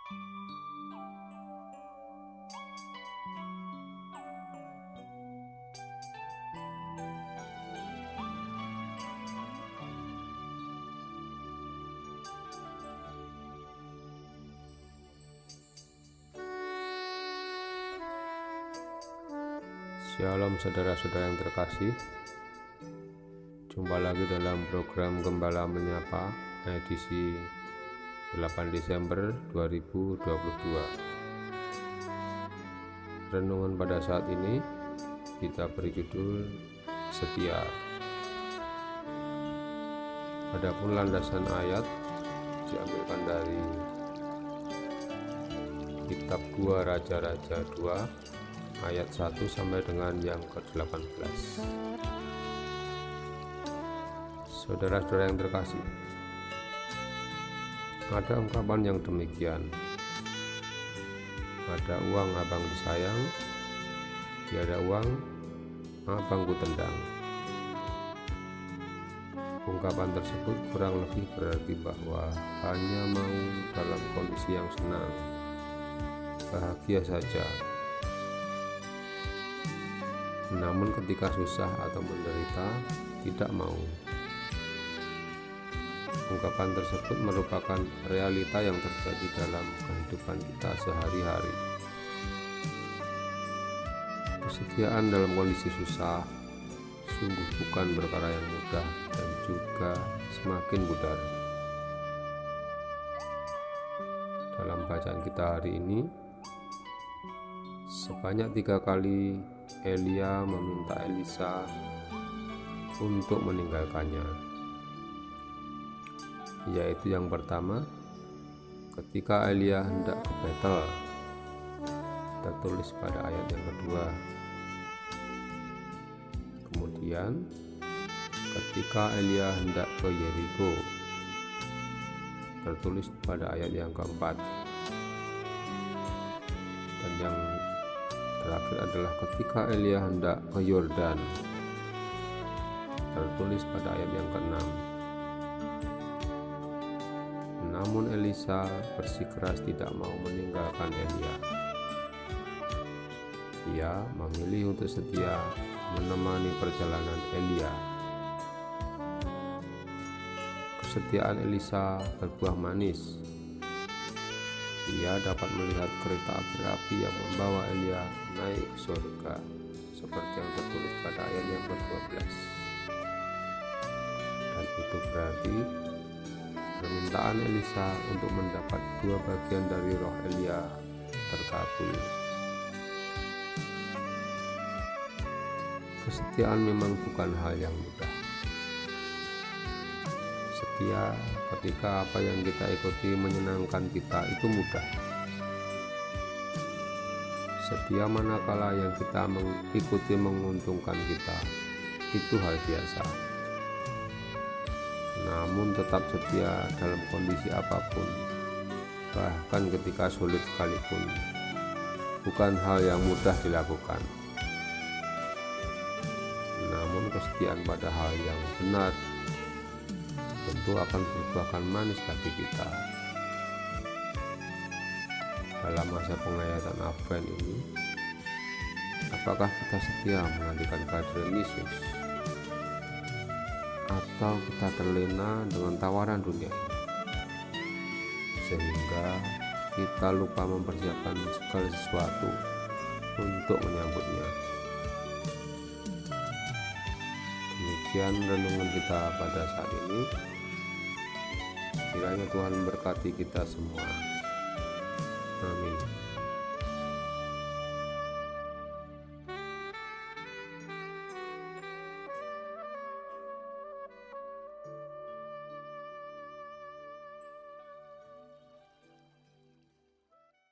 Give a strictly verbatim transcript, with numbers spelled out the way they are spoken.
Shalom saudara-saudara yang terkasih, jumpa lagi dalam program Gembala Menyapa edisi delapan Desember dua ribu dua puluh dua. Renungan pada saat ini kita beri judul Setia. Adapun landasan ayat diambilkan dari kitab dua Raja-Raja dua ayat satu sampai dengan yang ke delapan belas. Saudara-saudara yang terkasih, ada ungkapan yang demikian: ada uang abang disayang, tiada uang abang ku tendang. Ungkapan tersebut kurang lebih berarti bahwa hanya mau dalam kondisi yang senang, bahagia saja. Namun ketika susah atau menderita, tidak mau. Ungkapan tersebut merupakan realita yang terjadi dalam kehidupan kita sehari-hari. Kesetiaan dalam kondisi susah sungguh bukan perkara yang mudah dan juga semakin pudar. Dalam bacaan kita hari ini, sebanyak tiga kali Elia meminta Elisa untuk meninggalkannya, yaitu yang pertama ketika Elia hendak ke Betel, tertulis pada ayat yang kedua. Kemudian ketika Elia hendak ke Yeriko, tertulis pada ayat yang keempat. Dan yang terakhir adalah ketika Elia hendak ke Yordan, tertulis pada ayat yang keenam. Namun Elisa bersikeras tidak mau meninggalkan Elia. Ia memilih untuk setia menemani perjalanan Elia. Kesetiaan Elisa berbuah manis. Ia dapat melihat kereta api yang membawa Elia naik ke surga, seperti yang tertulis pada ayat yang kedua belas. Dan itu berarti permintaan Elisa untuk mendapat dua bagian dari roh Elia terkabul. Kesetiaan memang bukan hal yang mudah. Setia ketika apa yang kita ikuti menyenangkan kita itu mudah. Setia manakala yang kita mengikuti menguntungkan kita itu hal biasa. Namun tetap setia dalam kondisi apapun, bahkan ketika sulit sekalipun, bukan hal yang mudah dilakukan. Namun kesetiaan pada hal yang benar tentu akan berbuahkan manis bagi kita. Dalam masa penghayatan Advent ini, apakah kita setia menantikan kehadiran Yesus, atau kita terlena dengan tawaran dunia ini, sehingga kita lupa mempersiapkan segala sesuatu untuk menyambutnya? Demikian renungan kita pada saat ini. Kiranya Tuhan memberkati kita semua. Amin.